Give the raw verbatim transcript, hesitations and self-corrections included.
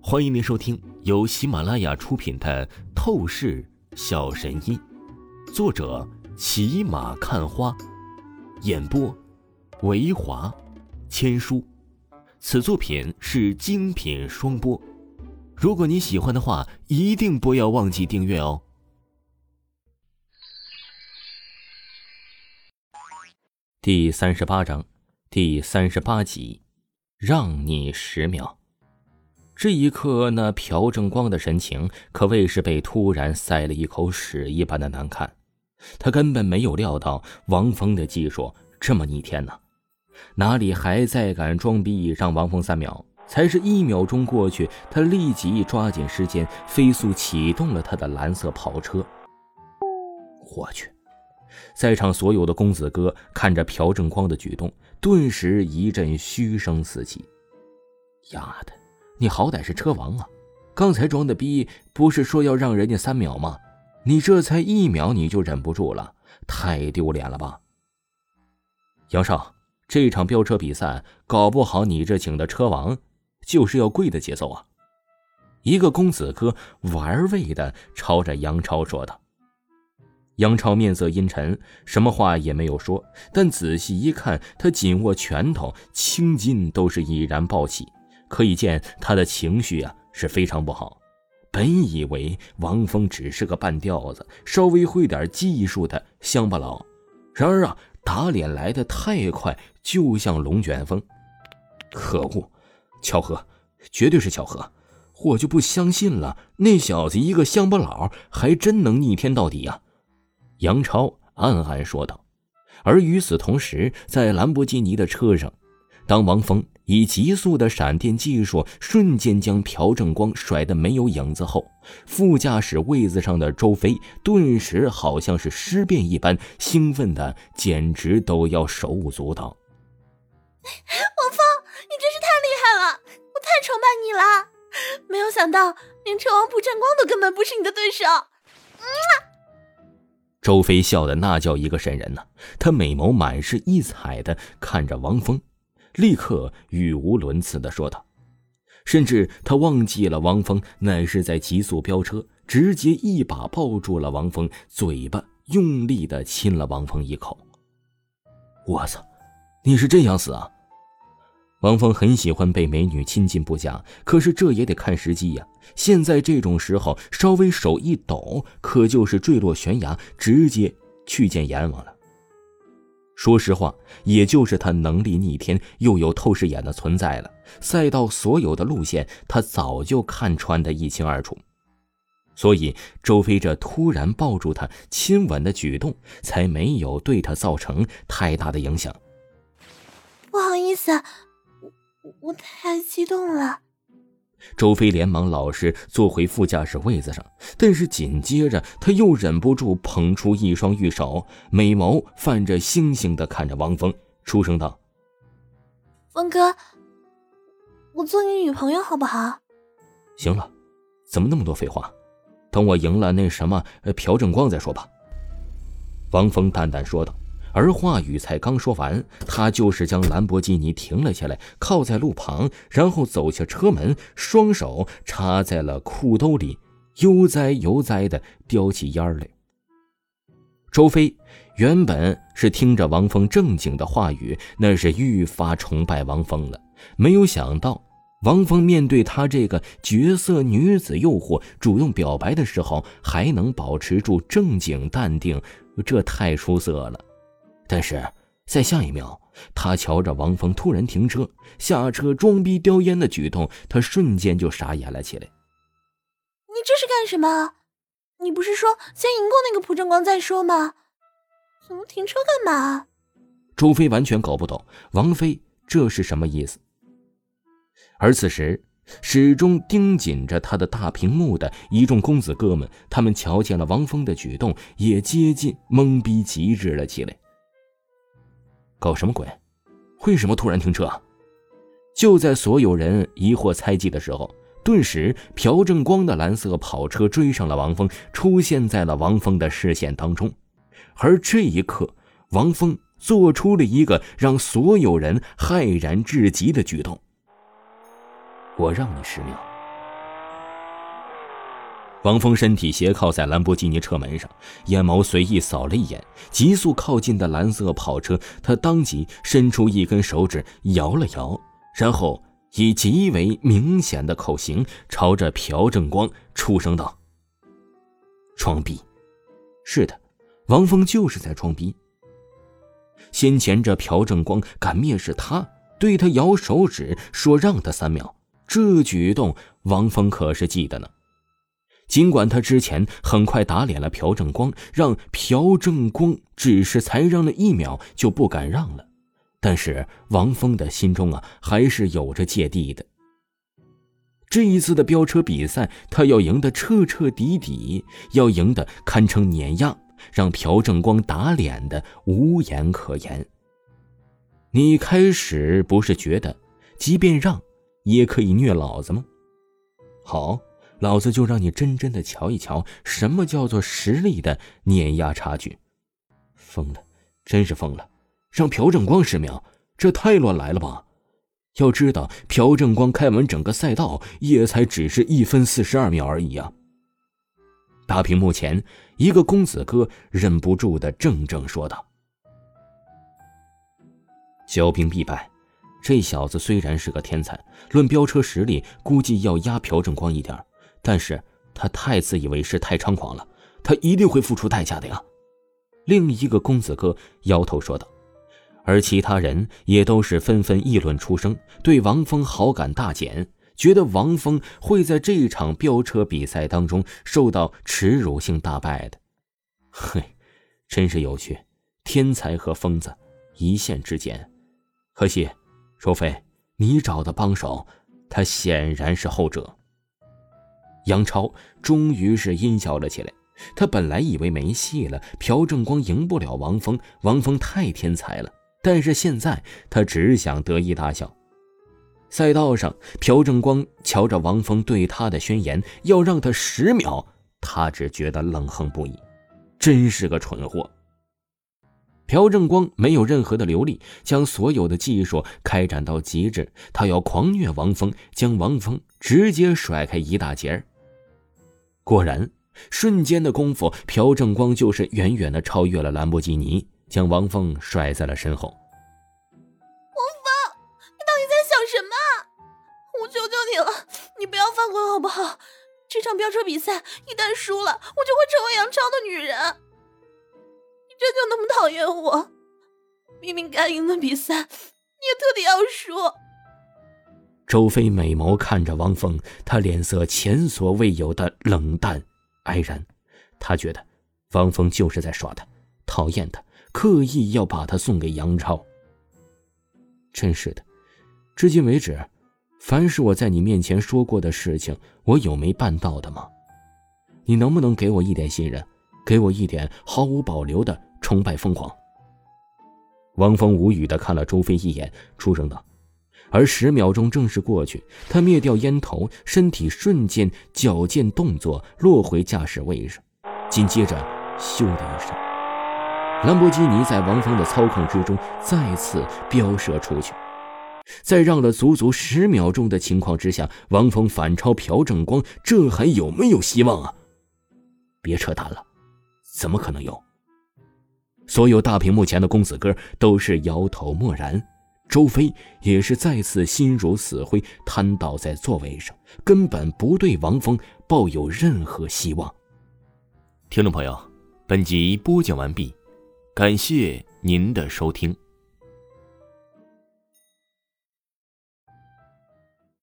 欢迎您收听由喜马拉雅出品的《透视小神医》，作者骑马看花，演播维华千书。此作品是精品双播。如果你喜欢的话，一定不要忘记订阅哦。第三十八章，第三十八集，让你十秒。这一刻，那朴正光的神情可谓是被突然塞了一口屎一般的难看。他根本没有料到王峰的技术这么逆天呢，哪里还再敢装逼让王峰三秒？才是一秒钟过去，他立即抓紧时间飞速启动了他的蓝色跑车。我去！在场所有的公子哥看着朴正光的举动，顿时一阵嘘声四起。丫的，你好歹是车王啊，刚才装的逼不是说要让人家三秒吗？你这才一秒你就忍不住了，太丢脸了吧。杨少，这场飙车比赛搞不好你这请的车王就是要跪的节奏啊。一个公子哥玩味的朝着杨超说道。杨超面色阴沉，什么话也没有说，但仔细一看，他紧握拳头，青筋都是已然暴起，可以见他的情绪啊是非常不好。本以为王峰只是个半吊子，稍微会点技术的乡巴佬，然而啊，打脸来得太快，就像龙卷风。可恶，巧合，绝对是巧合，我就不相信了，那小子一个乡巴佬还真能逆天到底啊。杨超暗暗说道。而与此同时，在兰博基尼的车上，当王峰以急速的闪电技术瞬间将朴正光甩得没有影子后，副驾驶位子上的周飞顿时好像是尸变一般，兴奋的简直都要手舞足蹈。 王峰，你真是太厉害了，我太崇拜你了，没有想到连车王朴正光都根本不是你的对手。嗯周飞笑得那叫一个瘆人呢、啊，他美眸满是异彩的看着王峰，立刻语无伦次地说道，甚至他忘记了王峰乃是在急速飙车，直接一把抱住了王峰，嘴巴用力地亲了王峰一口。我操，你是这样死啊？王峰很喜欢被美女亲近不假，可是这也得看时机呀、啊。现在这种时候，稍微手一抖，可就是坠落悬崖，直接去见阎王了。说实话，也就是他能力逆天，又有透视眼的存在了，赛道所有的路线他早就看穿得一清二楚。所以周飞这突然抱住他亲吻的举动，才没有对他造成太大的影响。 不好意思，我我太激动了。 周飞连忙老实坐回副驾驶位子上，但是紧接着他又忍不住捧出一双玉手，美眸泛着星星地看着王峰，出声道： 峰哥，我做你女朋友好不好？ 行了，怎么那么多废话，等我赢了那什么朴正光再说吧。王峰淡淡说道，而话语才刚说完，他就是将兰博基尼停了下来，靠在路旁，然后走下车门，双手插在了裤兜里，悠哉悠哉地叼起烟来。周飞原本是听着王峰正经的话语，那是愈发崇拜王峰了，没有想到王峰面对他这个绝色女子诱惑主动表白的时候，还能保持住正经淡定，这太出色了。但是在下一秒，他瞧着王峰突然停车下车装逼叼烟的举动，他瞬间就傻眼了起来。 你这是干什么？你不是说先赢过那个朴正光再说吗？怎么停车干嘛？ 周飞完全搞不懂王菲这是什么意思。而此时始终盯紧着他的大屏幕的一众公子哥们，他们瞧见了王峰的举动，也接近懵逼极致了起来。搞什么鬼？为什么突然停车啊？就在所有人疑惑猜忌的时候，顿时朴正光的蓝色跑车追上了王峰，出现在了王峰的视线当中。而这一刻，王峰做出了一个让所有人骇然至极的举动。我让你十秒， 王峰身体斜靠在兰博基尼车门上，眼眸随意扫了一眼急速靠近的蓝色跑车，他当即伸出一根手指摇了摇，然后以极为明显的口型朝着朴正光出声道：装逼。是的，王峰就是在装逼。先前这朴正光敢蔑视他，对他摇手指说让他三秒，这举动王峰可是记得呢。尽管他之前很快打脸了朴正光，让朴正光只是才让了一秒就不敢让了，但是王峰的心中啊还是有着芥蒂的。这一次的飙车比赛，他要赢得彻彻底底，要赢得堪称碾压，让朴正光打脸的无言可言。你开始不是觉得即便让也可以虐老子吗？好，老子就让你真正的瞧一瞧什么叫做实力的碾压差距。疯了，真是疯了，让朴正光十秒，这太乱来了吧。要知道朴正光开完整个赛道也才只是一分四十二秒而已啊。大屏幕前，一个公子哥忍不住的怔怔说道：骄兵必败，这小子虽然是个天才，论飙车实力估计要压朴正光一点，但是他太自以为是，太猖狂了，他一定会付出代价的呀。另一个公子哥摇头说道，而其他人也都是纷纷议论出声，对王峰好感大减，觉得王峰会在这场飙车比赛当中受到耻辱性大败的。嘿，真是有趣，天才和疯子一线之间。可惜周飞，你找的帮手他显然是后者。杨超终于是阴笑了起来，他本来以为没戏了，朴正光赢不了王峰，王峰太天才了，但是现在他只想得意大笑。赛道上，朴正光瞧着王峰对他的宣言要让他十秒，他只觉得冷哼不已，真是个蠢货。朴正光没有任何的留力，将所有的技术开展到极致，他要狂虐王峰，将王峰直接甩开一大截儿。果然，瞬间的功夫，朴正光就是远远的超越了兰博基尼，将王峰甩在了身后。 王峰，你到底在想什么？我求求你了，你不要犯规好不好？这场飙车比赛一旦输了，我就会成为杨超的女人。你这就那么讨厌我？明明该赢的比赛，你也特地要输。 周飞美眸看着王峰，他脸色前所未有的冷淡哀然。他觉得王峰就是在耍他，讨厌他，刻意要把他送给杨超。真是的，至今为止，凡是我在你面前说过的事情，我有没办到的吗？你能不能给我一点信任，给我一点毫无保留的崇拜疯狂？王峰无语地看了周飞一眼，出声道。而十秒钟正式过去，他灭掉烟头，身体瞬间矫健动作落回驾驶位上，紧接着咻的一声，兰博基尼在王峰的操控之中再次飙射出去。在让了足足十秒钟的情况之下，王峰反超朴正光，这还有没有希望啊？别扯淡了，怎么可能有？所有大屏幕前的公子哥都是摇头默然，周飞也是再次心如死灰，瘫倒在座位上，根本不对王峰抱有任何希望。听众朋友，本集播讲完毕，感谢您的收听。